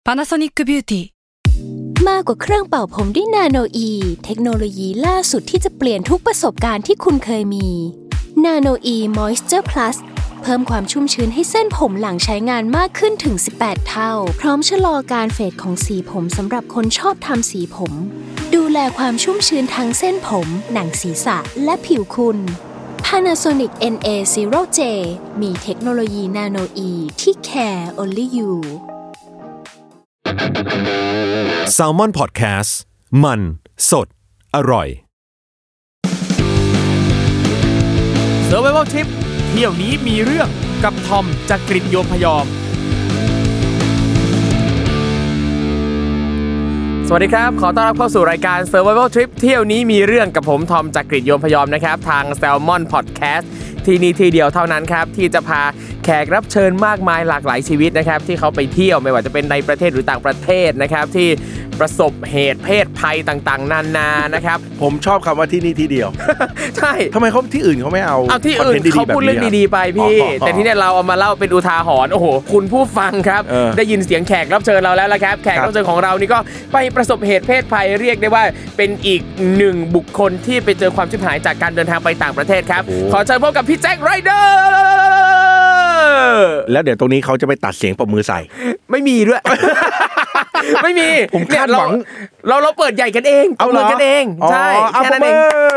Panasonic Beauty มากกว่าเครื่องเป่าผมด้วยนาโนอีเทคโนโลยีล่าสุดที่จะเปลี่ยนทุกประสบการณ์ที่คุณเคยมีนาโนอีมอยส์เจอร์พลัสเพิ่มความชุ่มชื้นให้เส้นผมหลังใช้งานมากขึ้นถึง18เท่าพร้อมชะลอการเฟดของสีผมสำหรับคนชอบทำสีผมดูแลความชุ่มชื้นทั้งเส้นผมหนังศีรษะและผิวคุณ Panasonic NA0J มีเทคโนโลยีนาโนอีที่ care only you Salmon Podcast มันสดอร่อย Survival Trip เที่ยวนี้มีเรื่องกับทอมจากกฤษโยมพยอมสวัสดีครับขอต้อนรับเข้าสู่รายการ Survival Trip เที่ยวนี้มีเรื่องกับผมทอมจากกฤษโยมพยอมนะครับทาง Salmon Podcast ที่นี่ที่เดียวเท่านั้นครับที่จะพาแขกรับเชิญมากมายหลากหลายชีวิตนะครับที่เขาไปเที่ยวไม่ว่าจะเป็นในประเทศหรือต่างประเทศนะครับที่ประสบเหตุเพศภัยต่างๆนานานะครับผมชอบคำว่าที่นี่ที่เดียวใช่ทำไมเขาที่อื่นเขาไม่เอาที่อื่นเขาพูดเรื่องดีๆไปพี่แต่ที่นี่เราเอามาเล่าเป็นอุทาหรณ์โอ้โหคุณผู้ฟังครับได้ยินเสียงแขกรับเชิญเราแล้วละครับแขกรับเชิญของเรานี่ก็ไปประสบเหตุเพศภัยเรียกได้ว่าเป็นอีกหนึ่งบุคคลที่ไปเจอความชิบหายจากการเดินทางไปต่างประเทศครับขอเชิญพบกับพี่แจ็คไรเดอร์แล้วเดี๋ยวตรงนี้เขาจะไปตัดเสียงปรบมือใส่ไม่มีด้วย ไม่มีผมคาดหวังเราเปิดใหญ่กันเองเอาเลยกันเองใช่แค่นั้นเอง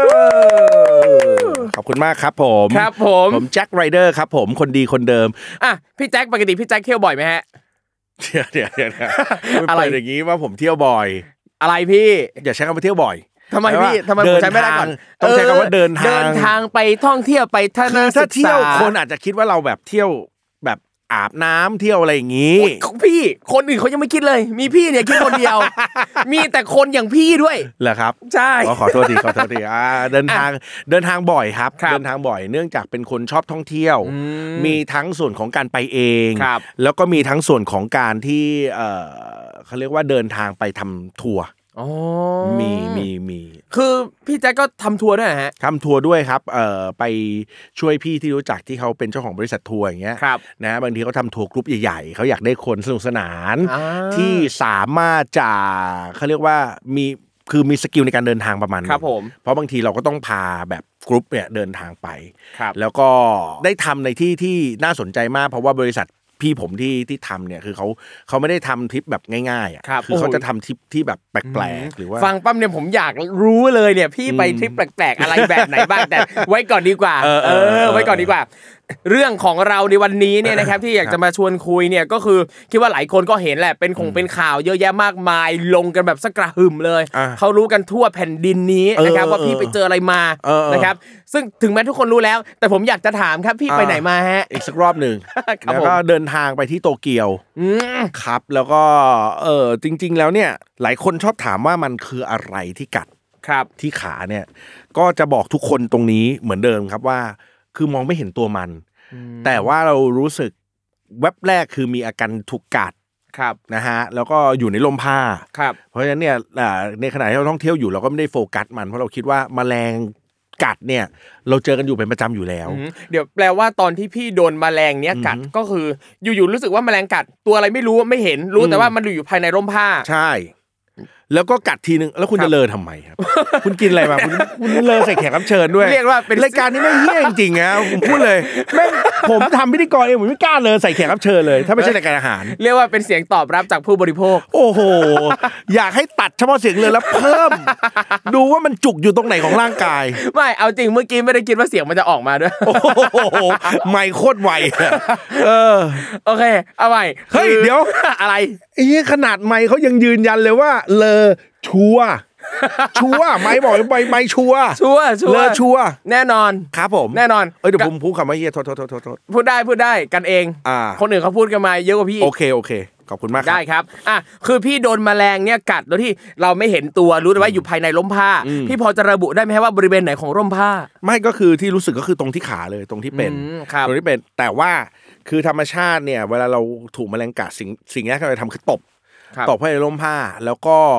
ขอบคุณมากครับผมครับผมแจ็คไรเดอร์ครับผมคนดีคนเดิมพี่แจ็คปกติพี่แจ็คเที่ยวบ่อยไหมฮะเดี๋ยวอะไรอย่างงี้ว่าผมเที่ยวบ่อยอะไรพี่อย่าใช้คำว่าเที่ยวบ่อยทำไมพี่ทำไมผมใช้ไม่ได้ก่อนต้องใช้คำว่าเดินทางไปท่องเที่ยวไปทัศนศึกษาถ้าเที่ยวคนอาจจะคิดว่าเราแบบเที่ยวแบบอาบน้ำเที่ยวอะไรอย่างงี้พี่คนอื่นเขายังไม่คิดเลยมีพี่เนี่ยคิดคนเดียวมีแต่คนอย่างพี่ด้วยเหรอครับใช่ขอโทษทีเดินทางบ่อยครับเดินทางบ่อยเนื่องจากเป็นคนชอบท่องเที่ยวมีทั้งส่วนของการไปเองแล้วก็มีทั้งส่วนของการที่เขาเรียกว่าเดินทางไปทำทัวร์มีคือพี่แจ็คก็ทำทัวร์ด้วยฮะทำทัวร์ด้วยครับไปช่วยพี่ที่รู้จักที่เขาเป็นเจ้าของบริษัททัวร์อย่างเงี้ยนะบางทีเขาทำทัวร์กรุ๊ปใหญ่ๆเขาอยากได้คนสนุกสนานที่สามารถจะเขาเรียกว่ามีสกิลในการเดินทางประมาณนึงเพราะบางทีเราก็ต้องพาแบบกรุ๊ปเนี่ยเดินทางไปแล้วก็ได้ทำในที่ที่น่าสนใจมากเพราะว่าบริษัทพี่ผมที่ทำเนี่ยคือเขาไม่ได้ทำทริปแบบง่ายๆอ่ะคือเขาจะทำทริปที่แบบแปลกๆหรือว่าฟังปั๊มเนี่ยผมอยากรู้เลยเนี่ยพี่ไปทริปแปลกๆอะไรแบบไหนบ้างแต่ไว้ก่อนดีกว่าไว้ก่อนดีกว่าเรื่องของเราในวันนี้เนี่ยนะครับที่อยากจะมาชวนคุยเนี่ยก็คือคิดว่าหลายคนก็เห็นแหละเป็นข่าวเยอะแยะมากมายลงกันแบบสักกระหึ่มเลยเขารู้กันทั่วแผ่นดินนี้นะครับว่าพี่ไปเจออะไรมานะครับซึ่งถึงแม้ทุกคนรู้แล้วแต่ผมอยากจะถามครับพี่ไปไหนมาฮะอีกสักรอบนึงแล้วก็เดินทางไปที่โตเกียวครับแล้วก็จริงๆแล้วเนี่ยหลายคนชอบถามว่ามันคืออะไรที่กัดที่ขาเนี่ยก็จะบอกทุกคนตรงนี้เหมือนเดิมครับว่าคือมองไม่เห็นตัวมันแต่ว่าเรารู้สึกแวบแรกคือมีอาการถูกกัดนะฮะแล้วก็อยู่ในร่มผ้าเพราะฉะนั้นเนี่ยในขณะที่เราท่องเที่ยวอยู่เราก็ไม่ได้โฟกัสมันเพราะเราคิดว่าแมลงกัดเนี่ยเราเจอกันอยู่เป็นประจำอยู่แล้วเดี๋ยวแปลว่าตอนที่พี่โดนแมลงเนี้ยกัดก็คืออยู่ๆรู้สึกว่าแมลงกัดตัวอะไรไม่รู้ไม่เห็นรู้แต่ว่ามันอยู่ภายในร่มผ้าใช่แล้วก็กัดทีนึงแล้วคุณจะเลอทำไมครับคุณกินอะไรมาคุณเลอใส่แขกรับเชิญด้วยเรียกว่าเป็นรายการนี้ไม่เหี้ยจริงๆนะผมพูดเลยแม่งผมทำพิธีกรเองผมไม่กล้าเลอใส่แขกรับเชิญเลยถ้าไม่ใช่รายการอาหารเรียกว่าเป็นเสียงตอบรับจากผู้บริโภคโอ้โหอยากให้ตัดเฉพาะเสียงเลยแล้วเพิ่มดูว่ามันจุกอยู่ตรงไหนของร่างกายไม่เอาจริงเมื่อกี้ไม่ได้คิดว่าเสียงมันจะออกมาด้วยโอ้โหไมค์โคตรไวโอเคเอาใหม่เฮ้ยเดี๋ยวอะไรไอ้ขนาดไมค์เขายังยืนยันเลยว่าเลอชัวไม่บอกไม่ชัวเลอชัวแน่นอนครับผมแน่นอนเดี๋ยวผมพูดคำว่าเฮียโทษพูดได้กันเองคนอื่นเขาพูดกันมาเยอะกว่าพี่โอเคขอบคุณมากได้ครับคือพี่โดนแมลงเนี่ยกัดโดยที่เราไม่เห็นตัวรู้แต่ว่าอยู่ภายในร่มผ้าพี่พอจะระบุได้ไหมว่าบริเวณไหนของร่มผ้าไม่ก็คือที่รู้สึกก็คือตรงที่ขาเลยตรงที่เป็นแต่ว่าคือธรรมชาติเนี่ยเวลาเราถูกแมลงกัดสิ่งแรกที่เราทำคือตบให้ในร่มผ้าแล้วก็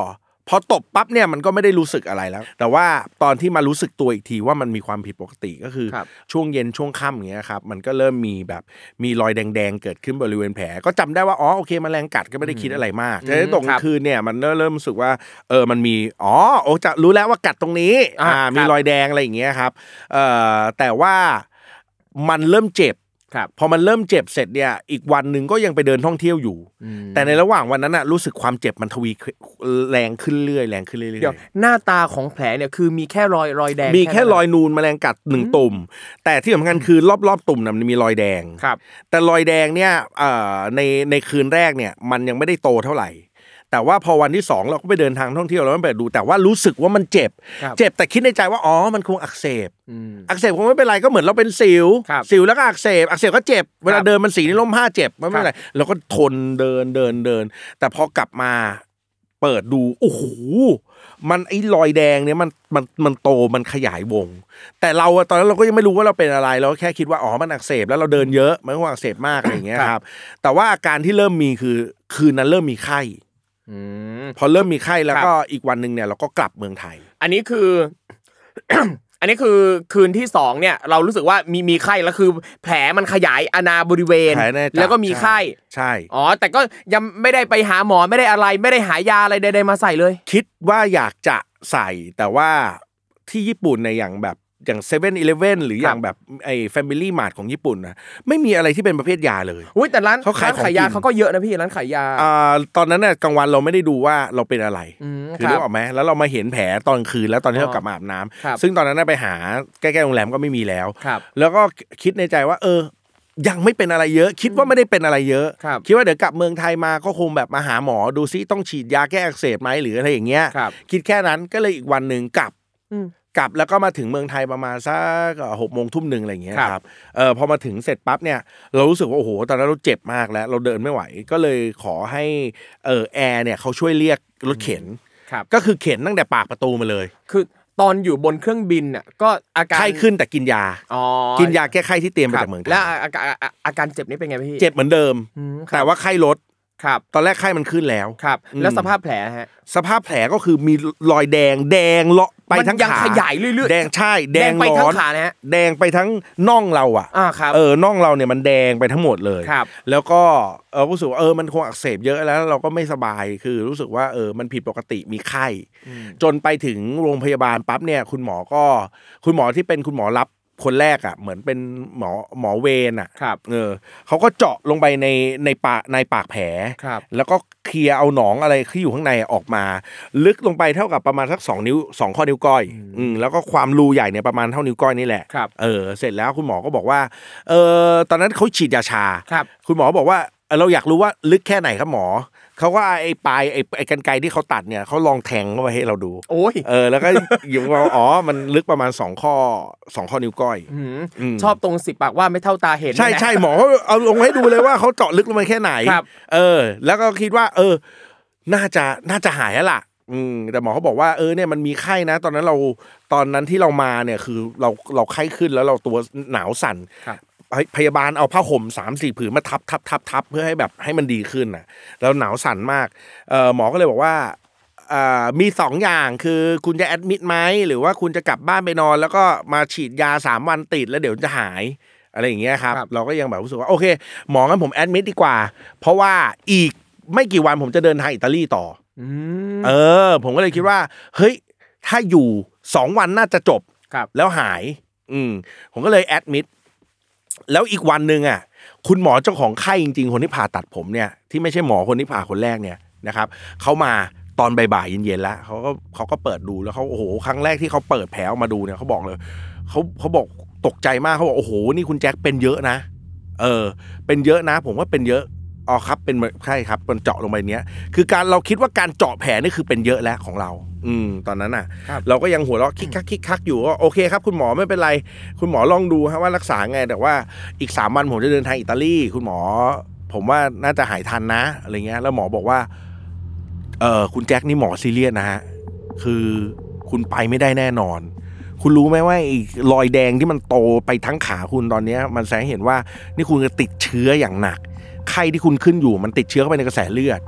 พอตบปั๊บเนี่ยมันก็ไม่ได้รู้สึกอะไรแล้วแต่ว่าตอนที่มารู้สึกตัวอีกทีว่ามันมีความผิดปกติก็คือช่วงเย็นช่วงค่ำอย่างเงี้ยครับมันก็เริ่มมีรอยแดงๆเกิดขึ้นบริเวณแผลก็จำได้ว่าอ๋อโอเคแมลงกัดก็ไม่ได้คิดอะไรมากแต่ตกกลางคืนเนี่ยมันเริ่มรู้สึกว่ามันมีโอ้จะรู้แล้วว่ากัดตรงนี้มีรอยแดงอะไรอย่างเงี้ยครับแต่ว่ามันเริ่มเจ็บพอมันเริ่มเจ็บเสร็จเนี่ยอีกวันนึงก็ยังไปเดินท่องเที่ยวอยู่แต่ในระหว่างวันนั้นน่ะรู้สึกความเจ็บมันทวีแรงขึ้นเรื่อยเดี๋ยวหน้าตาของแผลเนี่ยคือมีแค่รอยแดงมีแค่รอยนูนแมลงกัด1ตุ่มแต่ที่สำคัญคือรอบๆตุ่มน่ะมันมีรอยแดงแต่รอยแดงเนี่ยในคืนแรกเนี่ยมันยังไม่ได้โตเท่าไหร่แต่ว่าพอวันที่2เราก็ไปเดินทางท่องเที่ยวแล้วไปดูแต่ว่ารู้สึกว่ามันเจ็บแต่คิดในใจว่ามันคงอักเสบคงไม่เป็นไรก็เหมือนเราเป็นสิวแล้วก็อักเสบก็เจ็บเวลาเดินมันสีนี่ล้มผ้าเจ็บไม่เป็นไรเราก็ทนเดินแต่พอกลับมาเปิดดูโอ้โหมันไอ้รอยแดงเนี่ยมันโตมันขยายวงแต่เราตอนนั้นเราก็ยังไม่รู้ว่าเราเป็นอะไรเราแค่คิดว่ามันอักเสบแล้วเราเดินเยอะมันก็อักเสบมากอะไรอย่างเงี้ยครับแต่ว่าอาการที่เริ่มมีคือคืนนั้นเริ่มมีไข้พอเริ่มมีไข้แล้วก็อีกวันนึงเนี่ยเราก็กลับเมืองไทยอันนี้คือ อันนี้คือคืนที่2เนี่ยเรารู้สึกว่ามีไข้แล้วคือแผลมันขยายอาณาบริเวณแล้วก็มีไข้ใช่แต่ก็ยังไม่ได้ไปหาหมอไม่ได้อะไรไม่ได้หายาอะไรใดๆมาใส่เลยคิดว่าอยากจะใส่แต่ว่าที่ญี่ปุ่นในอย่างแบบอย่าง 7-Eleven หรืออย่างแบบไอ้ Family Mart ของญี่ปุ่นนะไม่มีอะไรที่เป็นประเภทยาเลยอุ๊ยแต่ร้านขายยาเขาก็เยอะนะพี่ร้านขายยาตอนนั้นน่ะกลางวันเราไม่ได้ดูว่าเราเป็นอะไรคือนึกออกมั้ยแล้วเรามาเห็นแผลตอนคืนแล้วตอนที่เรากลับมาอาบน้ำซึ่งตอนนั้นไปหาใกล้ๆโรงแรมก็ไม่มีแล้วแล้วก็คิดในใจว่ายังไม่เป็นอะไรเยอะคิดว่าไม่ได้เป็นอะไรเยอะคิดว่าเดี๋ยวกลับเมืองไทยมาก็คงแบบมาหาหมอดูซิต้องฉีดยาแก้อักเสบมั้ยหรืออะไรอย่างเงี้ยคิดแค่นั้นก็เลยอีกวันนึงกลับแล้วก็มาถึงเมืองไทยประมาณสัก 6:00 น ทุ่ม 1อะไรอย่างเงี้ยครับพอมาถึงเสร็จปั๊บเนี่ยเรารู้สึกว่าโอ้โหตอนนั้นเราเจ็บมากแล้วเราเดินไม่ไหวก็เลยขอให้แอร์เนี่ยเขาช่วยเรียกรถเข็นก็คือเข็นตั้งแต่ปากประตูมาเลยคือตอนอยู่บนเครื่องบินน่ะก็อาการไข้ขึ้นแต่กินยากินยาแก้ไข้ที่เตรียมมาจากเมืองไทยแล้วอาการเจ็บนี่เป็นไงพี่เจ็บเหมือนเดิมแต่ว่าไข้ลดตอนแรกไข้มันขึ้นแล้วแล้วสภาพแผลฮะสภาพแผลก็คือมีรอยแดงเลาะไปทั้งขายังขยายเรื่อยๆแดงใช่แดงไปทั้งขานะฮะแดงไปทั้งน่องเราน่องเราเนี่ยมันแดงไปทั้งหมดเลยแล้วก็รู้สึกว่ามันคงอักเสบเยอะแล้วเราก็ไม่สบายคือรู้สึกว่ามันผิดปกติมีไข้จนไปถึงโรงพยาบาลปั๊บเนี่ยคุณหมอที่เป็นคุณหมอรับคนแรกอ่ะเหมือนเป็นหมอเวรอ่ะเขาก็เจาะลงไปในปากแผลแล้วก็เคลียร์เอาหนองอะไรที่อยู่ข้างในออกมาลึกลงไปเท่ากับประมาณสัก2 นิ้ว2 ข้อนิ้วก้อยแล้วก็ความรูใหญ่เนี่ยประมาณเท่านิ้วก้อยนี่แหละเสร็จแล้วคุณหมอก็บอกว่าตอนนั้นเขาฉีดยาชาคุณหมอบอกว่าเราอยากรู้ว่าลึกแค่ไหนครับหมอเขาก็ไอ้ปลายไอ้กรรไกรที่เขาตัดเนี่ยเขาลองแทงเข้าไปให้เราดูโอ้ยแล้วก็อยู่ว่ามันลึกประมาณ2 ข้อนิ้วก้อยชอบตรง10 ปากว่าไม่เท่าตาเห็นใช่หมอเอาลงให้ดูเลยว่าเขาเจาะลึกลงไปแค่ไหนแล้วก็คิดว่าน่าจะหายแล้วล่ะแต่หมอเขาบอกว่าเนี่ยมันมีไข้นะตอนนั้นที่เรามาเนี่ยคือเราไข้ขึ้นแล้วเราตัวหนาวสั่นพยาบาลเอาผ้าห่ม 3-4 ผืนมาทับเพื่อให้แบบให้มันดีขึ้นน่ะแล้วหนาวสั่นมากหมอก็เลยบอกว่ามี2อย่างคือคุณจะแอดมิดมั้ยหรือว่าคุณจะกลับบ้านไปนอนแล้วก็มาฉีดยา3 วันติดแล้วเดี๋ยวจะหายอะไรอย่างเงี้ยครับเราก็ยังแบบรู้สึกว่าโอเคหมองั้นผมแอดมิดดีกว่าเพราะว่าอีกไม่กี่วันผมจะเดินทางอิตาลีต่อผมก็เลยคิดว่าเฮ้ยถ้าอยู่2 วันน่าจะจบแล้วหายผมก็เลยแอดมิดแล้วอีกวันนึงอ่ะคุณหมอเจ้าของไข้จริงๆคนที่ผ่าตัดผมเนี่ยที่ไม่ใช่หมอคนที่ผ่าคนแรกเนี่ยนะครับเขามาตอนบ่ายๆเย็นๆแล้วเขาก็เปิดดูแล้วเขาโอ้โหครั้งแรกที่เขาเปิดแผลออกมาดูเนี่ยเขาบอกเลยเขาบอกตกใจมากเขาบอกโอ้โหนี่คุณแจ็คเป็นเยอะนะเป็นเยอะนะผมว่าเป็นเยอะครับเป็นใช่ครับมันเจาะลงไปเนี้ยคือเราคิดว่าการเจาะแผลนี่คือเป็นเยอะแล้วของเราตอนนั้นน่ะเราก็ยังหัวเราะคิกคักอยู่ว่าโอเคครับคุณหมอไม่เป็นไรคุณหมอลองดูว่ารักษาไงแต่ว่าอีก3 วันผมจะเดินทางอิตาลีคุณหมอผมว่าน่าจะหายทันนะอะไรเงี้ยแล้วหมอบอกว่าคุณแจ็คนี่หมอซีเรียสนะฮะคือคุณไปไม่ได้แน่นอนคุณรู้ไหมว่าไอ้รอยแดงที่มันโตไปทั้งขาคุณตอนนี้มันแสดงให้เห็นว่านี่คุณจะติดเชื้ออย่างหนักไข้ที่คุณขึ้นอยู่มันติดเชื้อเข้าไปในกระแสเลือด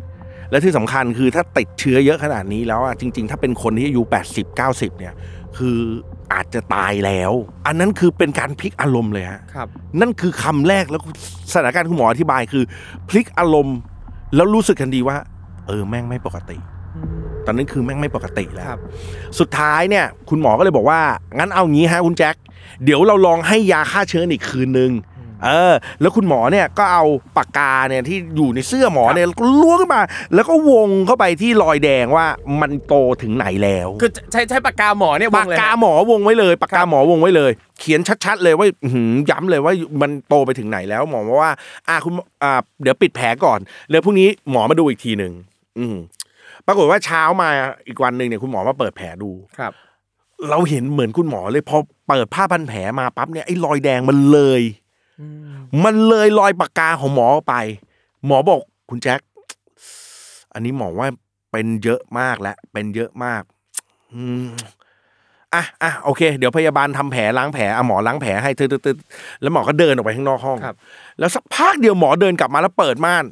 และที่สำคัญคือถ้าติดเชื้อเยอะขนาดนี้แล้วอ่ะจริงๆถ้าเป็นคนที่อายุ80-90เนี่ยคืออาจจะตายแล้วอันนั้นคือเป็นการพลิกอารมณ์เลยฮะนั่นคือคำแรกแล้วสถานการณ์คุณหมออธิบายคือพลิกอารมณ์แล้วรู้สึกทันทีว่าแม่งไม่ปกติตอนนั้นคือแม่งไม่ปกติแล้วสุดท้ายเนี่ยคุณหมอก็เลยบอกว่างั้นเอางี้ฮะคุณแจ็คเดี๋ยวเราลองให้ยาฆ่าเชื้ออีกคืนนึงแล้วคุณหมอเนี่ยก็เอาปากกาเนี่ยที่อยู่ในเสื้อหมอเนี่ยล้วงขึ้นมาแล้วก็วงเข้าไปที่รอยแดงว่ามันโตถึงไหนแล้วคือใช้ปากกาหมอเนี่ยวงเลยปากกาหมอวงไว้เลยปากกาหมอวงไว้เลยเขียนชัดๆเลยว่าย้ำเลยว่ามันโตไปถึงไหนแล้วหมอบอกว่าคุณเดี๋ยวปิดแผลก่อนแล้วพรุ่งนี้หมอมาดูอีกทีนึงปรากฏว่าเช้ามาอีกวันนึงเนี่ยคุณหมอมาเปิดแผลดูครับเราเห็นเหมือนคุณหมอเลยพอเปิดผ้าพันแผลมาปั๊บเนี่ยไอ้รอยแดงมันเลยรอยปากกาของหมอไปหมอบอกคุณแจ็คอันนี้หมอว่าเป็นเยอะมากแล้วเป็นเยอะมากโอเคเดี๋ยวพยาบาลทำแผลล้างแผลหมอล้างแผลให้ตึ๊ดๆแล้วหมอก็เดินออกไปข้างนอกห้องแล้วสักพักเดียวหมอเดินกลับมาแล้วเปิดม่าน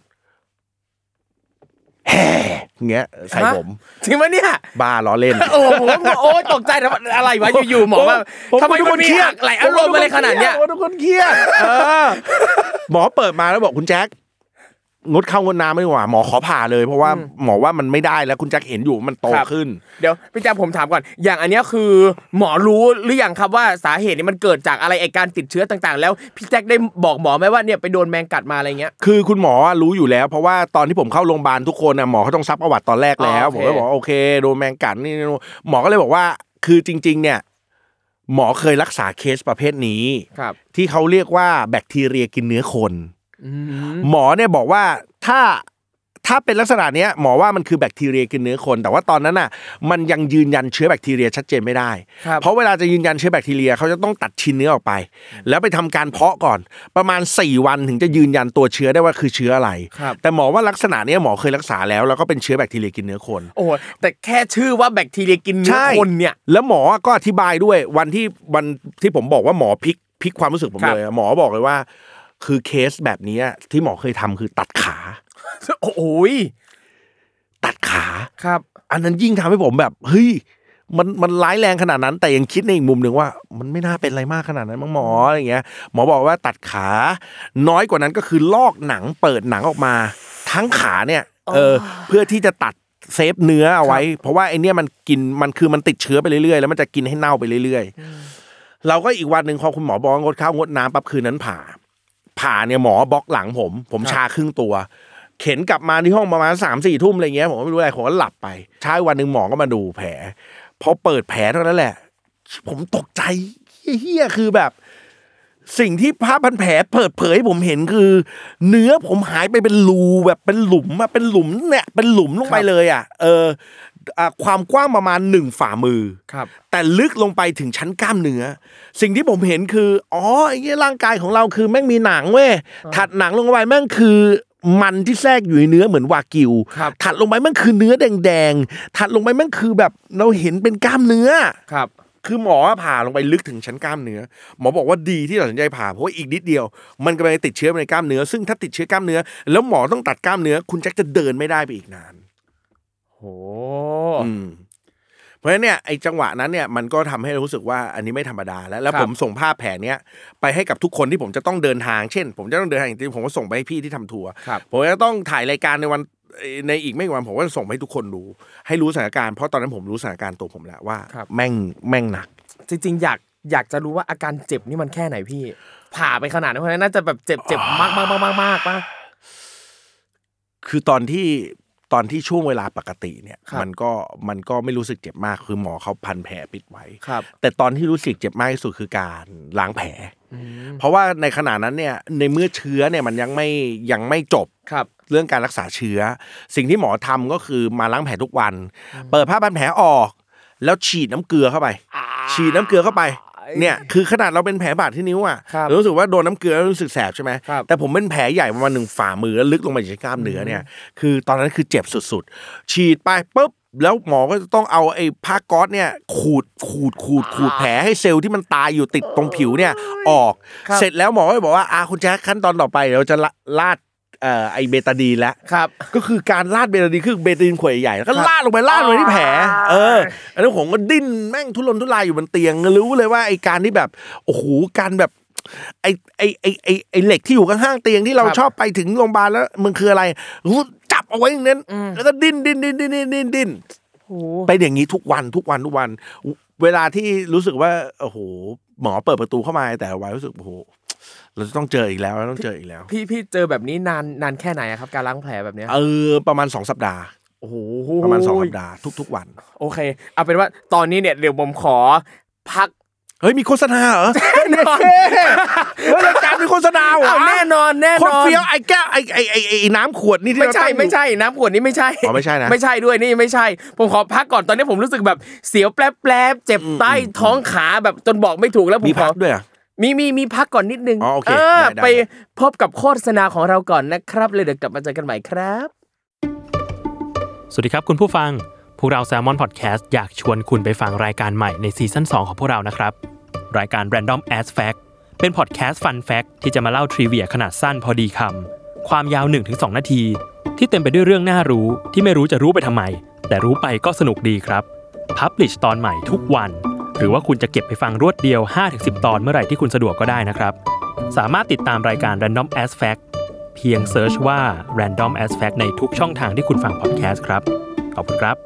แฮ่เงี้ยใส่ผมจริงไหมเนี่ยบ้าล้อเล่นโอ้ตกใจอะไรวะอยู่ๆหมอว่าทำไมทุกคนเครียดไหลอารมณ์อะไรขนาดเนี้ยทุกคนเครียดหมอเปิดมาแล้วบอกคุณแจ็คงดข้าวงดน้ำไม่ดีกว่าหมอขอผ่าเลยเพราะว่าหมอว่ามันไม่ได้แล้วคุณแจ็คเห็นอยู่มันโตขึ้นเดี๋ยวพี่แจ๊คผมถามก่อนอย่างอันนี้คือหมอรู้หรือยังครับว่าสาเหตุนี้มันเกิดจากอะไรไอ้การติดเชื้อต่างๆแล้วพี่แจ็คได้บอกหมอไหมว่าเนี่ยไปโดนแมงกัดมาอะไรเงี้ยคือคุณหมอรู้อยู่แล้วเพราะว่าตอนที่ผมเข้าโรงพยาบาลทุกคนน่ะหมอเขาต้องซักประวัติตอนแรกแล้วผมก็บอกโอเคโดนแมงกัดนี่หมอก็เลยบอกว่าคือจริงๆเนี่ยหมอเคยรักษาเคสประเภทนี้ที่เขาเรียกว่าแบคทีเรียกินเนื้อคนหมอเนี่ยบอกว่าถ้าเป็นลักษณะนี้หมอว่ามันคือแบคทีเรียกินเนื้อคนแต่ว่าตอนนั้นน่ะมันยังยืนยันเชื้อแบคทีเรียชัดเจนไม่ได้เพราะเวลาจะยืนยันเชื้อแบคทีเรียเขาจะต้องตัดชิ้นเนื้อออกไปแล้วไปทำการเพาะก่อนประมาณ4วันถึงจะยืนยันตัวเชื้อได้ว่าคือเชื้ออะไรแต่หมอว่าลักษณะนี้หมอเคยรักษาแล้วก็เป็นเชื้อแบคทีเรียกินเนื้อคนโอ้แต่แค่ชื่อว่าแบคทีเรียกินเนื้อคนเนี่ยแล้วหมอก็อธิบายด้วยวันที่ผมบอกว่าหมอพลิกความรู้สึกผมเลยหมอบอกเลยว่าคือเคสแบบนี้ที่หมอเคยทำคือตัดขาโอ้ยตัดขาครับอันนั้นยิ่งทำให้ผมแบบเฮ้ยมันร้ายแรงขนาดนั้นแต่ยังคิดในอีกมุมนึงว่ามันไม่น่าเป็นอะไรมากขนาดนั้นมั้งหมออะไรเงี้ยหมอบอกว่าตัดขาน้อยกว่านั้นก็คือลอกหนังเปิดหนังออกมาทั้งขาเนี่ยเพื่อที่จะตัดเซฟเนื้อเอาไว้เพราะว่าไอ้นี่มันกินมันคือมันติดเชื้อไปเรื่อยๆแล้วมันจะกินให้เน่าไปเรื่อยๆเราก็อีกวันนึงพอคุณหมอบอกงดข้าวงดน้ำปั๊บคืนนั้นผ่าเนี่ยหมอบล็อกหลังผมชาครึ่งตัวเข็นกลับมาที่ห้องประมาณ 3-4 ทุ่มอะไรเงี้ยผมไม่รู้อะไรผมก็หลับไปเช้าวันนึงหมอก็มาดูแผลพอเปิดแผลเท่านั้นแหละผมตกใจเหี้ยคือแบบสิ่งที่ผ้าพันแผลเปิดเผยให้ผมเห็นคือเนื้อผมหายไปเป็นรูแบบเป็นหลุมเป็นหลุมเนี่ยเป็นหลุมลงไปเลยความกว้างประมาณ1ฝ่ามือแต่ลึกลงไปถึงชั้นกล้ามเนื้อสิ่งที่ผมเห็นคือไอ้ร่างกายของเราคือแม่งมีหนังเว้ยถัดหนังลงไปแม่งคือมันที่แทรกอยู่ในเนื้อเหมือนวากิวถัดลงไปแม่งคือเนื้อแดงๆถัดลงไปแม่งคือแบบเราเห็นเป็นกล้ามเนื้อคือหมอผ่าลงไปลึกถึงชั้นกล้ามเนื้อหมอบอกว่าดีที่ตัดสินใจผ่าเพราะว่าอีกนิดเดียวมันกำลังติดเชื้อในกล้ามเนื้อซึ่งถ้าติดเชื้อกล้ามเนื้อแล้วหมอต้องตัดกล้ามเนื้อคุณแจ็คจะเดินไม่ได้ไปอีกนานโอ้เพราะฉะนั้นเนี่ยไอ้จังหวะนั้นเนี่ยมันก็ทำให้รู้สึกว่าอันนี้ไม่ธรรมดาแล้วผมส่งภาพแผนเนี้ยไปให้กับทุกคนที่ผมจะต้องเดินทางเช่นผมจะต้องเดินทางจริงๆผมก็ส่งไปให้พี่ที่ทำทัวร์ผมจะต้องถ่ายรายการในวันในอีกไม่กี่วันผมก็ส่งให้ทุกคนดูให้รู้สถานการณ์เพราะตอนนั้นผมรู้สถานการณ์ตัวผมแล้วว่าแม่งหนักจริงๆอยากจะรู้ว่าอาการเจ็บนี่มันแค่ไหนพี่ผ่าไปขนาดนั้นเพราะฉะนั้นน่าจะแบบเจ็บมากป่ะคือตอนที่ช่วงเวลาปกติเนี่ยมันก็ไม่รู้สึกเจ็บมากคือหมอเขาพันแผลปิดไว้แต่ตอนที่รู้สึกเจ็บมากที่สุดคือการล้างแผลเพราะว่าในขณะนั้นเนี่ยในเมื่อเชื้อเนี่ยมันยังไม่จบเรื่องการรักษาเชื้อสิ่งที่หมอทำก็คือมาล้างแผลทุกวันเปิดผ้าพันแผลออกแล้วฉีดน้ำเกลือเข้าไปเนี่ยคือขนาดเราเป็นแผลบาดที่นิ้วอ่ะรู้สึกว่าโดนน้ำเกลือรู้สึกแสบใช่ไหมแต่ผมเป็นแผลใหญ่ประมาณ1ฝ่ามือแล้วลึกลงไปในกล้ามเนื้อเนี่ยคือตอนนั้นคือเจ็บสุดๆฉีดไปปุ๊บแล้วหมอก็จะต้องเอาไอ้ผ้าก๊อซเนี่ยขูดแผลให้เซลล์ที่มันตายอยู่ติดตรงผิวเนี่ยออกเสร็จแล้วหมอก็บอกว่าคุณแจ๊คขั้นตอนต่อไปเราจะลาดไอเบตาดีนแล้วครับก็คือการราดเบตาดีนคือเบตาดีนขวดใหญ่แล้วก็ราดลงไปที่แผลอันนั้นผมก็ดิ้นแม่งทุรนทุรายอยู่บนเตียงรู้เลยว่าไอการที่แบบโอ้โหการแบบไอเหล็กที่อยู่ข้างๆเตียงที่เราชอบไปถึงโรงพยาบาลแล้วมันคืออะไรจับเอาไว้อย่างนั้นแล้วก็ดิ้นไปอย่างนี้ทุกวันเวลาที่รู้สึกว่าโอ้โหหมอเปิดประตูเข้ามาแต่ไว้รู้สึกโอ้โหเราจะต้องเจออีกแล้วพี่เจอแบบนี้นานแค่ไหนครับการล้างแผลแบบนี้ประมาณ2 สัปดาห์โอ้โหประมาณ2 สัปดาห์ทุกวันโอเคเอาเป็นว่าตอนนี้เนี่ยเดี๋ยวผมขอพักเฮ้ยมีโฆษณาเหรอรายการมีโฆษณาเหรอแน่นอนโคตรเฟี้ยวไอ้แก้วไอ้น้ำขวดนี่ที่ไม่ใช่น้ำขวดนี้ไม่ใช่ไม่ใช่นะไม่ใช่ด้วยนี่ไม่ใช่ผมขอพักก่อนตอนนี้ผมรู้สึกแบบเสียวแป๊บๆเจ็บใต้ท้องขาแบบจนบอกไม่ถูกแล้วผมมีพักด้วยมีพักก่อนนิดนึงไปพบกับโฆษณาของเราก่อนนะครับเลยเดี๋ยวกลับมาเจอกันใหม่ครับสวัสดีครับคุณผู้ฟังพวกเรา Salmon Podcast อยากชวนคุณไปฟังรายการใหม่ในซีซั่น2ของพวกเรานะครับรายการ Random As Fact เป็นพอดแคสต์ Fun Fact ที่จะมาเล่าทริเวียขนาดสั้นพอดีคำความยาว 1-2 นาทีที่เต็มไปด้วยเรื่องน่ารู้ที่ไม่รู้จะรู้ไปทำไมแต่รู้ไปก็สนุกดีครับ Publish ตอนใหม่ทุกวันหรือว่าคุณจะเก็บไปฟังรวดเดียว 5-10 ตอนเมื่อไหร่ที่คุณสะดวกก็ได้นะครับสามารถติดตามรายการ Random As Fact เพียงเซิร์ชว่า Random As Fact ในทุกช่องทางที่คุณฟังพอดแคสต์ครับขอบคุณครับ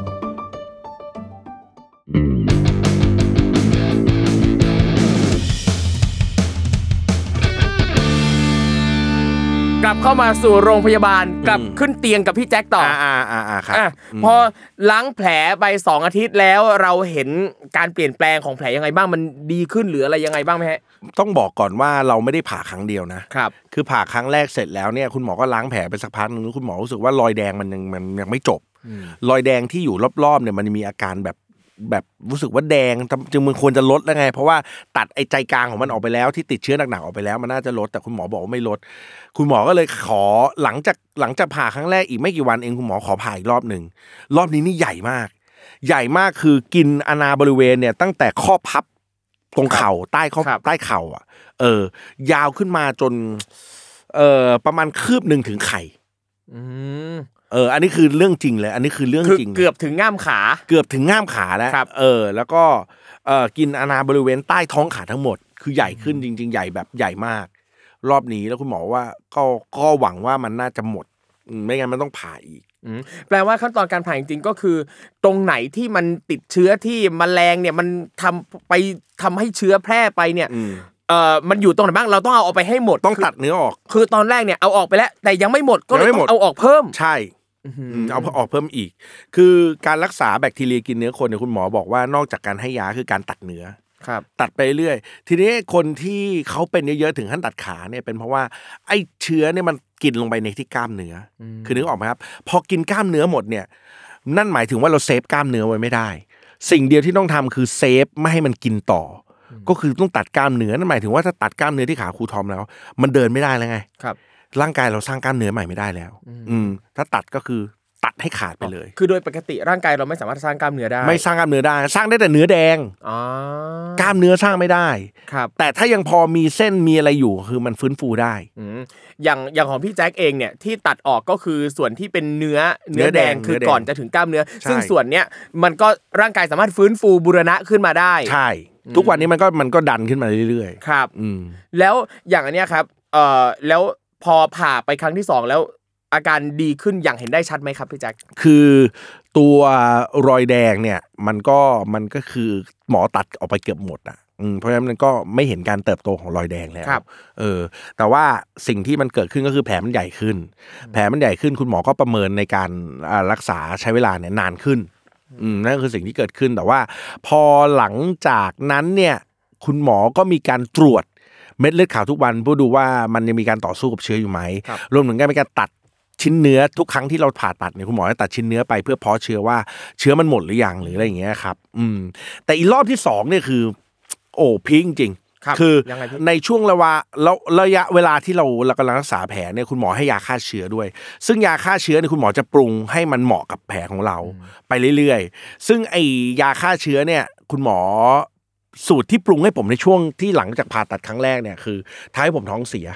กลับเข้ามาสู่โรงพยาบาลกลับขึ้นเตียงกับพี่แจ็คต่อครับพอล้างแผลไป2 อาทิตย์แล้วเราเห็นการเปลี่ยนแปลงของแผลยังไงบ้างมันดีขึ้นหรืออะไรยังไงบ้างไหมฮะต้องบอกก่อนว่าเราไม่ได้ผ่าครั้งเดียวนะครับคือผ่าครั้งแรกเสร็จแล้วเนี่ยคุณหมอก็ล้างแผลไปสักพักนึงคุณหมอรู้สึกว่ารอยแดงมันยังไม่จบรอยแดงที่อยู่รอบๆเนี่ยมันมีอาการแบบรู้สึกว่าแดงจึงมันควรจะลดแล้วไงเพราะว่าตัดไอ้ใจกลางของมันออกไปแล้วที่ติดเชื้อหนักๆออกไปแล้วมันน่าจะลดแต่คุณหมอบอกว่าไม่ลดคุณหมอก็เลยขอหลังจากผ่าครั้งแรกอีกไม่กี่วันเองคุณหมอขอผ่าอีกรอบนึงรอบนี้นี่ใหญ่มากคือกินอาณาบริเวณเนี่ยตั้งแต่ข้อพับตรงเข่าใต้เข่าอ่ะยาวขึ้นมาจนประมาณคืบนึงถึงไข่อันนี้คือเรื่องจริงเลยอันนี้คือเรื่องจริงเกือบถึงง่ามขาแล้วแล้วก็กินอาณาบริเวณใต้ท้องขาทั้งหมดคือใหญ่ขึ้นจริงๆใหญ่แบบใหญ่มากรอบนี้แล้วคุณหมอว่าก็หวังว่ามันน่าจะหมดไม่งั้นมันต้องผ่าอีกแปลว่าขั้นตอนการผ่าจริงๆก็คือตรงไหนที่มันติดเชื้อที่แมลงเนี่ยมันทำให้เชื้อแพร่ไปเนี่ยมันอยู่ตรงไหนบ้างเราต้องเอาออกไปให้หมดต้องตัดเนื้อออกคือตอนแรกเนี่ยเอาออกไปแล้วแต่ยังไม่หมดก็เลยต้องเอาออกเพิ่มใช่เอาออกเพิ่มอีกคือการรักษาแบคทีเรียกินเนื้อคนเนี่ยคุณหมอบอกว่านอกจากการให้ยาคือการตัดเนื้อตัดไปเรื่อยทีนี้คนที่เขาเป็นเยอะๆถึงขั้นตัดขาเนี่ยเป็นเพราะว่าไอ้เชื้อเนี่ยมันกินลงไปในที่กล้ามเนื้อคือนึกออกไหมครับพอกินกล้ามเนื้อหมดเนี่ยนั่นหมายถึงว่าเราเซฟกล้ามเนื้อไว้ไม่ได้สิ่งเดียวที่ต้องทำคือเซฟไม่ให้มันกินต่อก็คือต้องตัดกล้ามเนื้อนั่นหมายถึงว่าถ้าตัดกล้ามเนื้อที่ขาครูทอมแล้วมันเดินไม่ได้แล้วไงร่างกายเราสร้างกล้ามเนื้อใหม่ไม่ได้แล้วถ้าตัดก็คือตัดให้ขาดไปเลยคือโดยปกติร่างกายเราไม่สามารถสร้างกล้ามเนื้อได้ไม่สร้างกล้ามเนื้อได้สร้างได้แต่เนื้อแดงกล้ามเนื้อสร้างไม่ได้แต่ถ้ายังพอมีเส้นมีอะไรอยู่คือมันฟื้นฟูได้อย่างของพี่แจ็คเองเนี่ยที่ตัดออกก็คือส่วนที่เป็นเนื้อแดงคือก่อนจะถึงกล้ามเนื้อซึ่งส่วนเนี้ยมันก็ร่างกายสามารถฟื้นฟูบูรณะขึ้นมาได้ใช่ทุกวันนี้มันก็ดันขึ้นมาเรื่อยๆครับแล้วอย่างอันเนี้ยครับแล้วพอผ่าไปครั้งที่2แล้วอาการดีขึ้นอย่างเห็นได้ชัดไหมครับพี่แจ็คคือตัวรอยแดงเนี่ยมันก็คือหมอตัดออกไปเกือบหมดอ่ะเพราะฉะนั้นมันก็ไม่เห็นการเติบโตของรอยแดงแล้วแต่ว่าสิ่งที่มันเกิดขึ้นก็คือแผลมันใหญ่ขึ้นคุณหมอก็ประเมินในการรักษาใช้เวลาเนี่ยนานขึ้นนั่นคือสิ่งที่เกิดขึ้นแต่ว่าพอหลังจากนั้นเนี่ยคุณหมอก็มีการตรวจเม็ดเลือดขาวทุกวันเพื่อดูว่ามันยังมีการต่อสู้กับเชื้ออยู่ไหมรวมถึงการมีการตัดชิ้นเนื้อทุกครั้งที่เราผ่าตัดเนี่ยคุณหมอจะตัดชิ้นเนื้อไปเพื่อเพาะเชื้อว่าเชื้อมันหมดหรือยังหรืออะไรอย่างเงี้ยครับแต่อีกรอบที่2เนี่ยคือพีคจริงคือในช่วงระยะเวลาที่เรากำลังรักษาแผลเนี่ยคุณหมอให้ยาฆ่าเชื้อด้วยซึ่งยาฆ่าเชื้อเนี่ยคุณหมอจะปรุงให้มันเหมาะกับแผลของเราไปเรื่อยๆซึ่งไอยาฆ่าเชื้อเนี่ยคุณหมอสูตรที่ปรุงให้ผมในช่วงที่หลังจากผ่าตัดครั้งแรกเนี่ยคือทำให้ผมท้องเสีย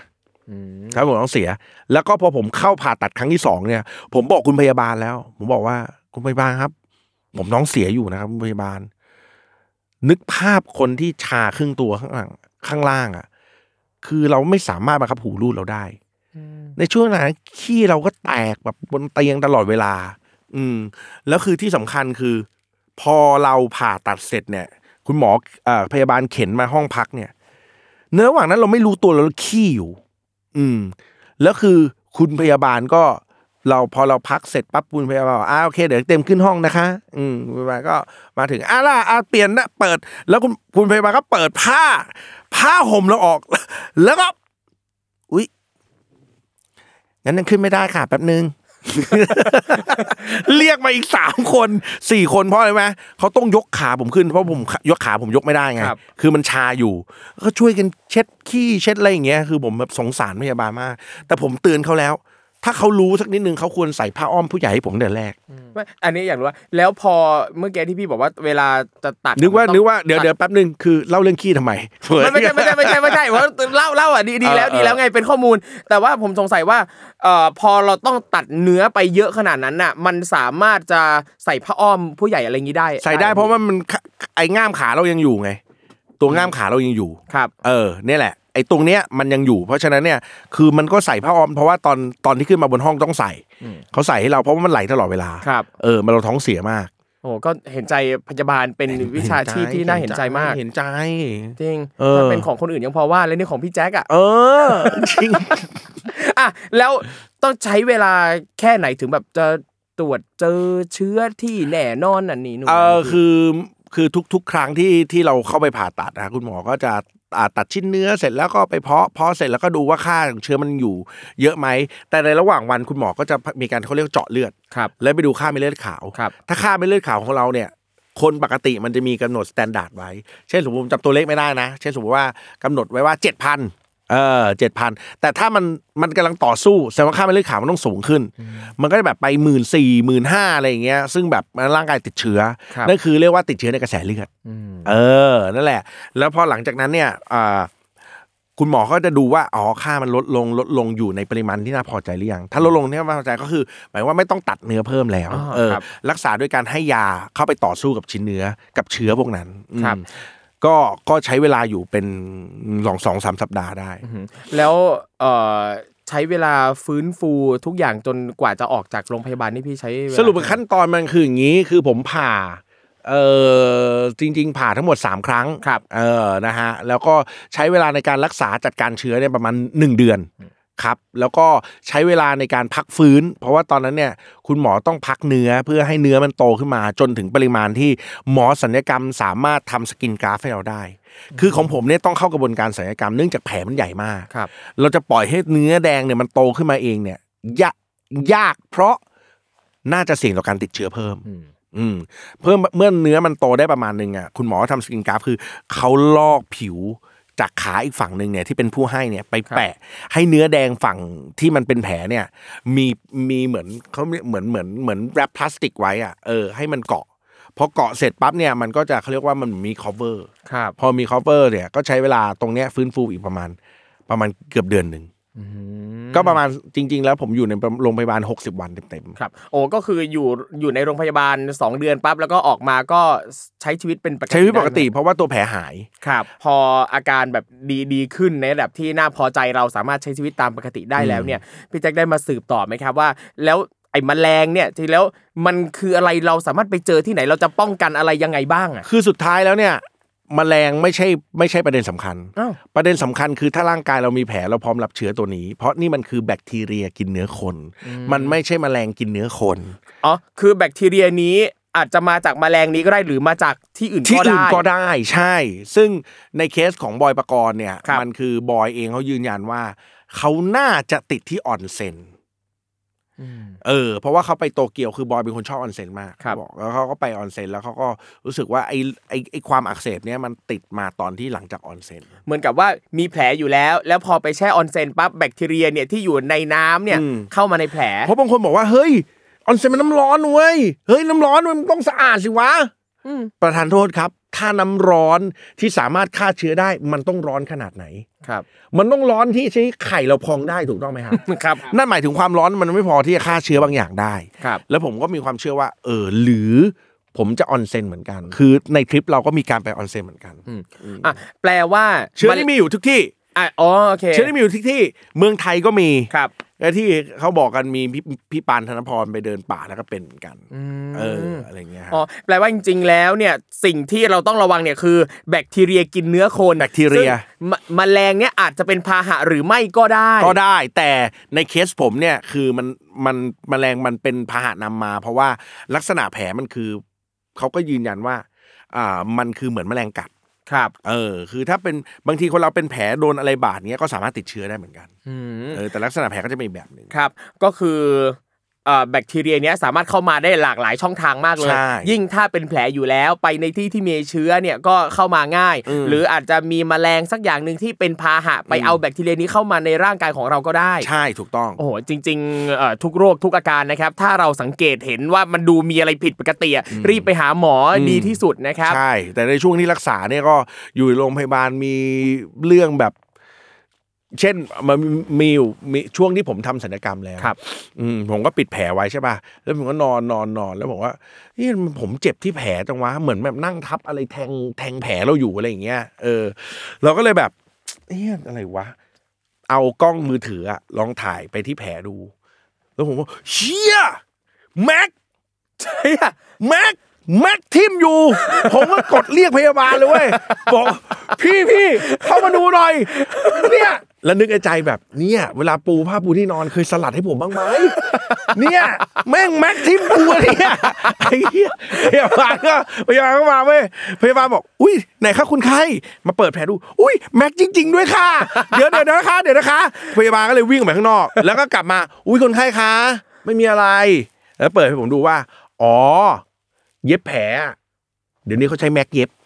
ครับผมท้องเสียแล้วก็พอผมเข้าผ่าตัดครั้งที่2เนี่ยผมบอกคุณพยาบาลแล้วผมบอกว่าคุณพยาบาลครับผมท้องเสียอยู่นะครับคุณพยาบาลนึกภาพคนที่ชาครึ่งตัวข้างล่างอ่ะคือเราไม่สามารถบังคับหูรูดเราได้ในช่วงนั้นขี้เราก็แตกแบบบนเตียงตลอดเวลาแล้วคือที่สำคัญคือพอเราผ่าตัดเสร็จเนี่ยคุณหมอพยาบาลเข็นมาห้องพักเนี่ยในระหว่างนั้นเราไม่รู้ตัวเราขี้อยู่แล้วคือคุณพยาบาลก็พอเราพักเสร็จปั๊บคุณพยาบาลบอกโอเคเดี๋ยวเต็มขึ้นห้องนะคะพยาบาลก็มาถึงล่ะเปลี่ยนนะเปิดแล้วคุณพยาบาลก็เปิดผ้าห่มเราออกแล้วก็อุ๊ยงั้นยังขึ้นไม่ได้ค่ะแป๊บนึง เรียกมาอีก3คน4คนเพราะอะไรไหมเขาต้องยกขาผมขึ้นเพราะผมยกขาผมยกไม่ได้ไงคือมันชาอยู่ก็ช่วยกันเช็ดขี้เช็ดอะไรอย่างเงี้ยคือผมแบบสงสารพยาบาลมากแต่ผมเตือนเขาแล้วถ้าเขารู้สักนิดนึงเขาควรใส่ผ้าอ้อมผู้ใหญ่ให้ผมแต่แรกอันนี้อยากรู้ว่าแล้วพอเมื่อกี้ที่พี่บอกว่าเวลาจะตัดนึกว่าเดี๋ยวแป๊บนึงคือเล่าเรื่องขี้ทำไมไม่ใช่เพราะเล่าดีแล้วไงเป็นข้อมูลแต่ว่าผมสงสัยว่าพอเราต้องตัดเนื้อไปเยอะขนาดนั้นน่ะมันสามารถจะใส่ผ้าอ้อมผู้ใหญ่อะไรงี้ได้ใส่ได้เพราะว่ามันไอ้ง่ามขาเรายังอยู่ไงตัวง่ามขาเรายังอยู่ครับนี่แหละไอ้ตรงเนี้ยมันยังอยู่เพราะฉะนั้นเนี่ยคือมันก็ใส่ผ้าอ้อมเพราะว่าตอนที่ขึ้นมาบนห้องต้องใส่เขาใส่ให้เราเพราะว่ามันไหลตลอดเวลามันเราท้องเสียมากโอ้ก็เห็นใจพยาบาลเป็นวิชาชีพที่น่าเห็นใจมากเห็นใจจริงถ้าเป็นของคนอื่นยังพอว่าแล้วนี่ของพี่แจ๊คจริงแล้วต้องใช้เวลาแค่ไหนถึงแบบจะตรวจเจอเชื้อที่แน่นอนอันนี้นู่นคือทุกครั้งที่เราเข้าไปผ่าตัดนะคุณหมอก็จะตัดชิ้นเนื้อเสร็จแล้วก็ไปเพาะเสร็จแล้วก็ดูว่าค่าของเชื้อมันอยู่เยอะไหมแต่ในระหว่างวันคุณหมอก็จะมีการเขาเรียกเจาะเลือดแล้วไปดูค่าเม็ดเลือดขาวถ้าค่าเม็ดเลือดขาวของเราเนี่ยคนปกติมันจะมีกำหนดสแตนดาร์ดไว้เช่นสมมติผมจำตัวเลขไม่ได้นะเช่นสมมติว่ากำหนดไว้ว่า 7,000 7,000 แต่ถ้ามันกำลังต่อสู้แสดงว่าค่าเม็ดเลือดขาวมันต้องสูงขึ้นมันก็จะแบบไป 14,000 15,000 อะไรอย่างเงี้ยซึ่งแบบร่างกายติดเชื้อนั่นคือเรียกว่าติดเชื้อในกระแสเลือดนั่นแหละแล้วพอหลังจากนั้นเนี่ยคุณหมอก็จะดูว่าค่ามันลดลงอยู่ในปริมาณที่น่าพอใจหรือยังถ้าลดลงที่น่าพอใจก็คือหมายว่าไม่ต้องตัดเนื้อเพิ่มแล้วรักษาด้วยการให้ยาเข้าไปต่อสู้กับชิ้นเนื้อกับเชื้อพวกนั้นก็ใช้เวลาอยู่เป็น 2-3 สัปดาห์ได้แล้วใช้เวลาฟื้นฟูทุกอย่างจนกว่าจะออกจากโรงพยาบาลนี่พี่ใช้สรุปเป็นขั้นตอนมันคืออย่างนี้คือผมผ่าจริงๆผ่าทั้งหมด3ครั้งครับนะฮะแล้วก็ใช้เวลาในการรักษาจัดการเชื้อเนี่ยประมาณ1เดือนครับแล้วก็ใช้เวลาในการพักฟื้นเพราะว่าตอนนั้นเนี่ยคุณหมอต้องพักเนื้อเพื่อให้เนื้อมันโตขึ้นมาจนถึงปริมาณที่หมอศัลยกรรมสามารถทำสกินกราฟให้เราได้คือของผมเนี่ยต้องเข้ากระบวนการศัลยกรรมเนื่องจากแผลมันใหญ่มากเราจะปล่อยให้เนื้อแดงเนี่ยมันโตขึ้นมาเองเนี่ยยากเพราะน่าจะเสี่ยงต่อการติดเชื้อเพิ่มเมื่อเนื้อมันโตได้ประมาณนึงอ่ะคุณหมอทำสกินกราฟคือเขาลอกผิวจากขาอีกฝั่งนึงเนี่ยที่เป็นผู้ให้เนี่ยไปแปะให้เนื้อแดงฝั่งที่มันเป็นแผลเนี่ยมีเหมือนเขาเหมือนแรปพลาสติกไว้อ่ะให้มันเกาะพอเกาะเสร็จปั๊บเนี่ยมันก็จะเขาเรียกว่ามันมี cover พอมี cover เนี่ยก็ใช้เวลาตรงเนี้ยฟื้นฟูอีกประมาณเกือบเดือนนึงก็ประมาณจริงๆแล้วผมอยู่ในโรงพยาบาล60วันเต็มๆครับโอ้ก็คืออยู่ในโรงพยาบาล2เดือนปั๊บแล้วก็ออกมาก็ใช้ชีวิตเป็นปกติใช้ชีวิตปกติเพราะว่าตัวแผลหายครับพออาการแบบดีขึ้นในระดับที่น่าพอใจเราสามารถใช้ชีวิตตามปกติได้แล้วเนี่ยพี่แจ็คได้มาสืบต่อไหมครับว่าแล้วไอ้แมลงเนี่ยทีแล้วมันคืออะไรเราสามารถไปเจอที่ไหนเราจะป้องกันอะไรยังไงบ้างอ่ะคือสุดท้ายแล้วเนี่ยแมลงไม่ใช่ประเด็นสำคัญประเด็นสำคัญคือถ้าร่างกายเรามีแผลเราพร้อมรับเชื้อตัวนี้เพราะนี่มันคือแบคทีเรียกินเนื้อคนมันไม่ใช่แมลงกินเนื้อคนคือแบคทีเรียนี้อาจจะมาจากแมลงนี้ก็ได้หรือมาจากที่อื่นก็ได้ใช่ซึ่งในเคสของบอยปกรณ์เนี่ยมันคือบอยเองเขายืนยันว่าเขาน่าจะติดที่ออนเซ็นเพราะว่าเขาไปโตเกียวคือบอยเป็นคนชอบออนเซ็นมากบอกแล้วเขาก็ไปออนเซ็นแล้วเขาก็รู้สึกว่าไอ้ความอักเสบเนี้ยมันติดมาตอนที่หลังจากออนเซ็นเหมือนกับว่ามีแผลอยู่แล้วพอไปแช่ออนเซ็นปั๊บแบคทีเรียเนี่ยที่อยู่ในน้ำเนี่ยเข้ามาในแผลเพราะบางคนบอกว่าเฮ้ยออนเซ็นมันน้ำร้อนเว้ยเฮ้ยน้ำร้อนมันต้องสะอาดสิวะประทานโทษครับถ้าน้ำร้อนที่สามารถฆ่าเชื้อได้มันต้องร้อนขนาดไหนครับมันต้องร้อนที่ใช้ไข่เราพองได้ถูกต้องไหมครับครับนั่นหมายถึงความร้อนมันไม่พอที่จะฆ่าเชื้อบางอย่างได้ครับแล้วผมก็มีความเชื่อว่าหรือผมจะออนเซ็นเหมือนกันคือในทริปเราก็มีการไปออนเซ็นเหมือนกันแปลว่าเชื้อที่มีอยู่ทุกที่อ๋อโอเคเชื้อที่มีอยู่ที่เมืองไทยก็มีครับและที่เขาบอกกันมีพี่ปานธนพรไปเดินป่าแล้วก็เป็นเหมือนกันอะไรเงี้ยอ๋อแปลว่าจริงๆแล้วเนี่ยสิ่งที่เราต้องระวังเนี่ยคือแบคทีเรียกินเนื้อคนแบคทีเรียแมลงเนี่ยอาจจะเป็นพาหะหรือไม่ก็ได้แต่ในเคสผมเนี่ยคือมันแมลงมันเป็นพาหะนำมาเพราะว่าลักษณะแผลมันคือเขาก็ยืนยันว่ามันคือเหมือนแมลงกัดครับคือถ้าเป็นบางทีคนเราเป็นแผลโดนอะไรบาดเงี้ยก็สามารถติดเชื้อได้เหมือนกันแต่ลักษณะแผลก็จะเป็นแบบนึงครับก็คือแบคทีเรียเนี้ยสามารถเข้ามาได้หลากหลายช่องทางมากเลยยิ่งถ้าเป็นแผลอยู่แล้วไปในที่ที่มีเชื้อเนี่ยก็เข้ามาง่ายหรืออาจจะมีแมลงสักอย่างนึงที่เป็นพาหะไปเอาแบคทีเรียนี้เข้ามาในร่างกายของเราก็ได้ใช่ถูกต้องโอ้โหจริงๆทุกโรคทุกอาการนะครับถ้าเราสังเกตเห็นว่ามันดูมีอะไรผิดปกติรีบไปหาหมอดีที่สุดนะครับใช่แต่ในช่วงที่รักษาเนี่ยก็อยู่โรงพยาบาลมีเรื่องแบบเช่นมันมีช่วงที่ผมทำศัลยกรรมแล้วผมก็ปิดแผลไว้ใช่ป่ะแล้วผมก็นอนแล้วบอกว่านี่ผมเจ็บที่แผลจังวะเหมือนแบบนั่งทับอะไรแทงแผลเราอยู่อะไรอย่างเงี้ยเราก็เลยแบบอะไรวะเอากล้องมือถือลองถ่ายไปที่แผลดูแล้วผมก็เชี่ยแม็กใช่แม็กทิ่มอยู่ผมก็กดเรียกพยาบาลเลยเว้ยบอกพี่เข้ามาดูหน่อยเนี่ยแล้วนึกในใจแบบเนี่ยเวลาปูผ้าปูที่นอนเคยสลัดให้ผมบ้างไหมเนี่ยแม่งแม็กทิมปูเนี่ยไอ้เหี้ยพยาบาลก็มาเว้ยพยาบาลบอกอุ้ยไหนคะคุณไข้มาเปิดแผลดูอุ้ยแม็กจริงๆด้วยค่ะเดี๋ยวนะคะพยาบาลก็เลยวิ่งออกไปข้างนอกแล้วก็กลับมาอุ้ยคนไข้คะไม่มีอะไรแล้วเปิดให้ผมดูว่าอ๋อเย็บแผลเดี๋ยวนี้เขาใช้แม็กเย็บ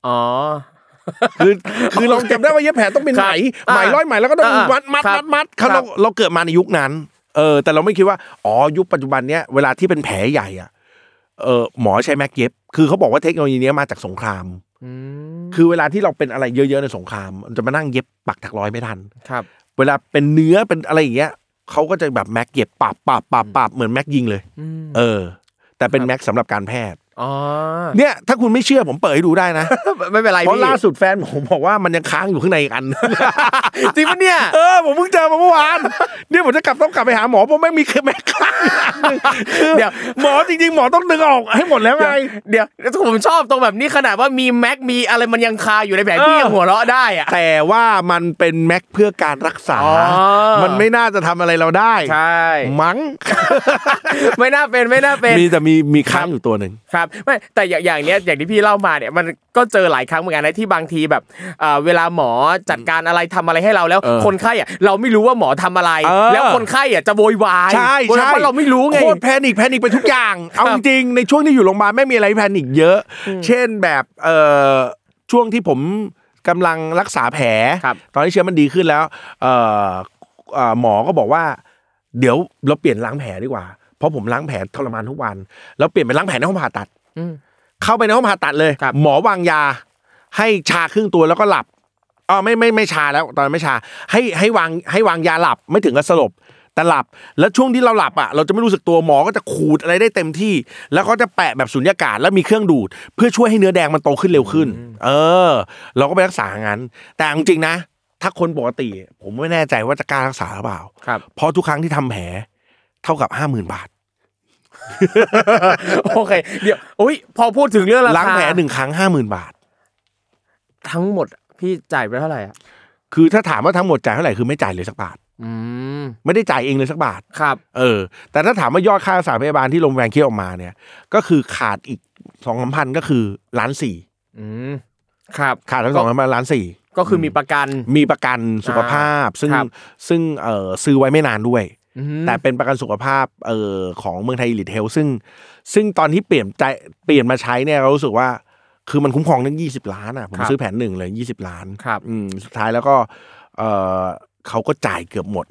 คือลองจำได้ว่าเย็บแผลต้องเป็นไหมร้อยไหมแล้วก็ต้องมัดเราเกิดมาในยุคนั้นแต่เราไม่คิดว่ายุคปัจจุบันเนี้ยเวลาที่เป็นแผลใหญ่หมอใช้แม็กเย็บคือเขาบอกว่าเทคโนโลยีนี้มาจากสงครามคือเวลาที่เราเป็นอะไรเยอะๆในสงครามมันจะมานั่งเย็บปักถักร้อยไม่ทันครับเวลาเป็นเนื้อเป็นอะไรอย่างเงี้ยเขาก็จะแบบแม็กเย็บปับเหมือนแม็กยิงเลยแต่เป็นแม็กสำหรับการแพทย์เนี่ยถ้าคุณไม่เชื่อผมเปิดให้ดูได้นะไม่เป็นไรเพราะล่าสุดแฟนผมบอกว่ามันยังค้างอยู่ข้างในอีกอันจริงปะเนี่ยผมเพิ่งเจอมาเมื่อวานเนี่ยผมจะต้องกลับไปหาหมอเพราะไม่มีแม็กค้างเดี๋ยวหมอจริงๆหมอต้องดึงออกให้หมดแล้วไงเดี๋ยวผมชอบตรงแบบนี้ขนาดว่ามีแม็กมีอะไรมันยังคาอยู่ในแผลพี่ยังหัวเราะได้อะแต่ว่ามันเป็นแม็กเพื่อการรักษามันไม่น่าจะทำอะไรเราได้ใช่มั้งไม่น่าเป็นแต่มีค้างอยู่ตัวนึงครับไม่แต่อย่างเนี้ยอย่างที่พี่เล่ามาเนี่ยมันก็เจอหลายครั้งเหมือนกันนะที่บางทีแบบเวลาหมอจัดการอะไรทำอะไรให้เราแล้วคนไข้เราไม่รู้ว่าหมอทำอะไรแล้วคนไข้จะโวยวายเพราะเราไม่รู้ไงโคตรแพนิคไปทุกอย่างเอาจริงในช่วงที่อยู่โรงพยาบาลไม่มีอะไรแพนิคเยอะเช่นแบบช่วงที่ผมกำลังรักษาแผลตอนที่เชื้อมันดีขึ้นแล้วหมอก็บอกว่าเดี๋ยวเราเปลี่ยนล้างแผลดีกว่าเพราะผมล้างแผลทรมานทุกวันแล้วเปลี่ยนไปล้างแผลในห้องผ่าตัดเข้าไปในห้องผ่าตัดเลยหมอวางยาให้ชาครึ่งตัวแล้วก็หลับไม่ชาแล้วตอนไม่ชาให้วางยาหลับไม่ถึงกับสลบแต่หลับแล้วช่วงที่เราหลับเราจะไม่รู้สึกตัวหมอก็จะขูดอะไรได้เต็มที่แล้วก็จะแปะแบบสุญญากาศแล้วมีเครื่องดูดเพื่อช่วยให้เนื้อแดงมันโตขึ้นเร็วขึ้นเราก็ไปรักษางั้นแต่จริงๆนะถ้าคนปกติผมไม่แน่ใจว่าจะกล้ารักษาหรือเปล่าเพราะทุกครั้งที่ทำแผลเท่ากับ 50,000 บาทโอเคเดี๋ยวพอพูดถึงเรื่องราคาล้างแผล1ครั้ง 50,000 บาททั้งหมดพี่จ่ายไปเท่าไหร่คือถ้าถามว่าทั้งหมดจ่ายเท่าไหร่คือไม่จ่ายเลยสักบาทไม่ได้จ่ายเองเลยสักบาทครับแต่ถ้าถามว่ายอดค่ารักษาพยาบาลที่โรงพยาบาลคิดออกมาเนี่ยก็คือขาดอีก 2-3,000 ก็คือ1.4 ล้านครับขาดทั้ง2,000 ล้าน 4 ก็คือมีประกันสุขภาพซึ่งซื้อไว้ไม่นานด้วยแต่เป็นประกันสุขภาพของเมืองไทย Elite Health ซึ่งตอนที่เปลี่ยนมาใช้เนี่ยเรารู้สึกว่าคือมันคุ้มครองตั้ง20 ล้านผมซื้อแผน1เลย20 ล้านสุดท้ายแล้วก็เขาก็จ่ายเกือบหมดนะ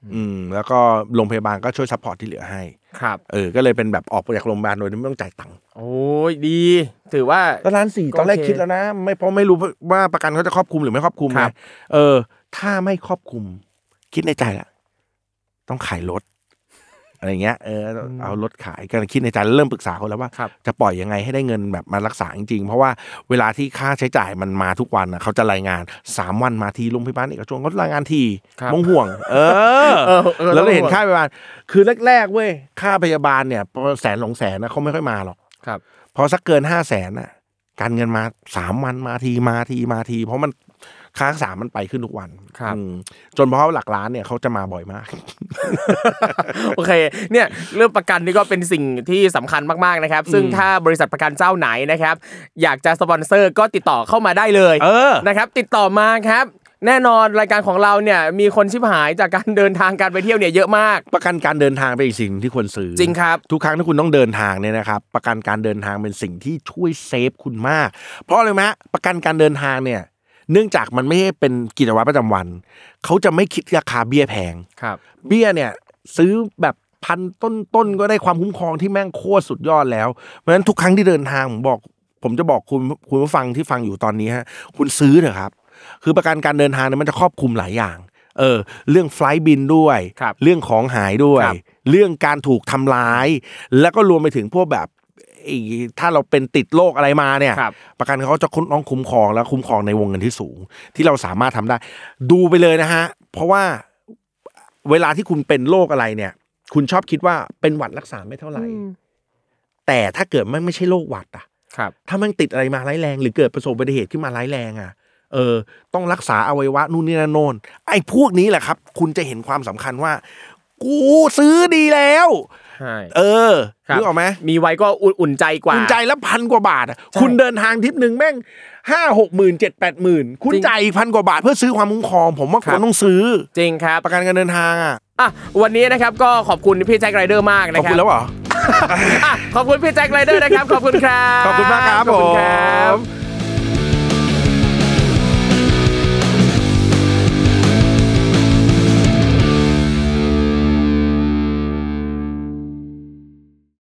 แล้วก็โรงพยาบาลก็ช่วยซัพพอร์ตที่เหลือให้ครับก็เลยเป็นแบบออกจากโรงพยาบาลโดยไม่ต้องจ่ายตังค์โอ้ยดีถือว่า 1.4 ล้านตอนแรกคิดแล้วนะเพราะไม่รู้ว่าประกันเขาจะครอบคลุมหรือไม่ครอบคลุมนะถ้าไม่ครอบคลุมคิดในใจละต้องขายรถอะไรเงี้ยเอารถขายกันคิดในใจแล้วเริ่มปรึกษาเขาแล้วว่าจะปล่อยยังไงให้ได้เงินแบบมารักษาจริงๆเพราะว่าเวลาที่ค่าใช้จ่ายมันมาทุกวันนะเขาจะรายงาน3วันมาทีโรงพยาบาลเอกชนเขารายงานทีมองห่วงแล้วเราเห็นค่าพยาบาลคือแรกๆเว้ยค่าพยาบาลเนี่ย100,000-200,000นะเขาไม่ค่อยมาหรอกพอสักเกิน500,000น่ะการเงินมา3วันมาทีเพราะมันค่ารักษามันไปขึ้นทุกวันจนเพราะหลักล้านเนี่ยเขาจะมาบ่อยมากโอเคเนี่ยเรื่องประกันนี่ก็เป็นสิ่งที่สำคัญมากๆนะครับซึ่งถ้าบริษัทประกันเจ้าไหนนะครับอยากจะสปอนเซอร์ก็ติดต่อเข้ามาได้เลยนะครับติดต่อมาครับแน่นอนรายการของเราเนี่ยมีคนชิบหายจากการเดินทางการไปเที่ยวเนี่ยเยอะมากประกันการเดินทางเป็นสิ่งที่ควรซื้อจริงครับทุกครั้งที่คุณต้องเดินทางเนี่ยนะครับประกันการเดินทางเป็นสิ่งที่ช่วยเซฟคุณมากเพราะอะไรมั้ยประกันการเดินทางเนี่ยเนื่องจากมันไม่ใช่เป็นกิจวัตรประจำวันเขาจะไม่คิดราคาเบี้ยแพงเบี้ยเนี่ยซื้อแบบพันต้นก็ได้ความคุ้มครองที่แม่งโคตรสุดยอดแล้วเพราะฉะนั้นทุกครั้งที่เดินทางผมจะบอกคุณผู้ฟังที่ฟังอยู่ตอนนี้ฮะคุณซื้อเถอะครับคือประกันการเดินทางเนี่ยมันจะครอบคลุมหลายอย่างเรื่องไฟล์บินด้วยเรื่องของหายด้วยเรื่องการถูกทำร้ายแล้วก็รวมไปถึงพวกแบบถ้าเราเป็นติดโรคอะไรมาเนี่ยประกันเขาจะต้องคุ้มครองและคุ้มครองในวงเงินที่สูงที่เราสามารถทำได้ดูไปเลยนะฮะเพราะว่าเวลาที่คุณเป็นโรคอะไรเนี่ยคุณชอบคิดว่าเป็นหวัดรักษาไม่เท่าไหร่แต่ถ้าเกิดไม่ใช่โรคหวัดถ้ามันติดอะไรมาร้ายแรงหรือเกิดประสบอุบัติเหตุขึ้นมาร้ายแรงต้องรักษาอวัยวะนู่นนี่นั่นโน่นไอ้พวกนี้แหละครับคุณจะเห็นความสำคัญว่ากูซื้อดีแล้วนึกออกไหมมีไว้ก็อุ่นใจกว่าอุ่นใจแล้ว1,000 กว่าบาทคุณเดินทางทริปนึงแม่ง 5-6 หมื่น 7-8 หมื่นคุณจ่ายอีก 1,000 กว่าบาทเพื่อซื้อความคุ้มครองผมว่าควรต้องซื้อจริงครับประกันการเดินทางวันนี้นะครับก็ขอบคุณพี่แจ็คไรเดอร์มากนะครับขอบคุณแล้วเหรอขอบคุณพี่แจ็คไรเดอร์นะครับขอบคุณครับขอบคุณมากครับผม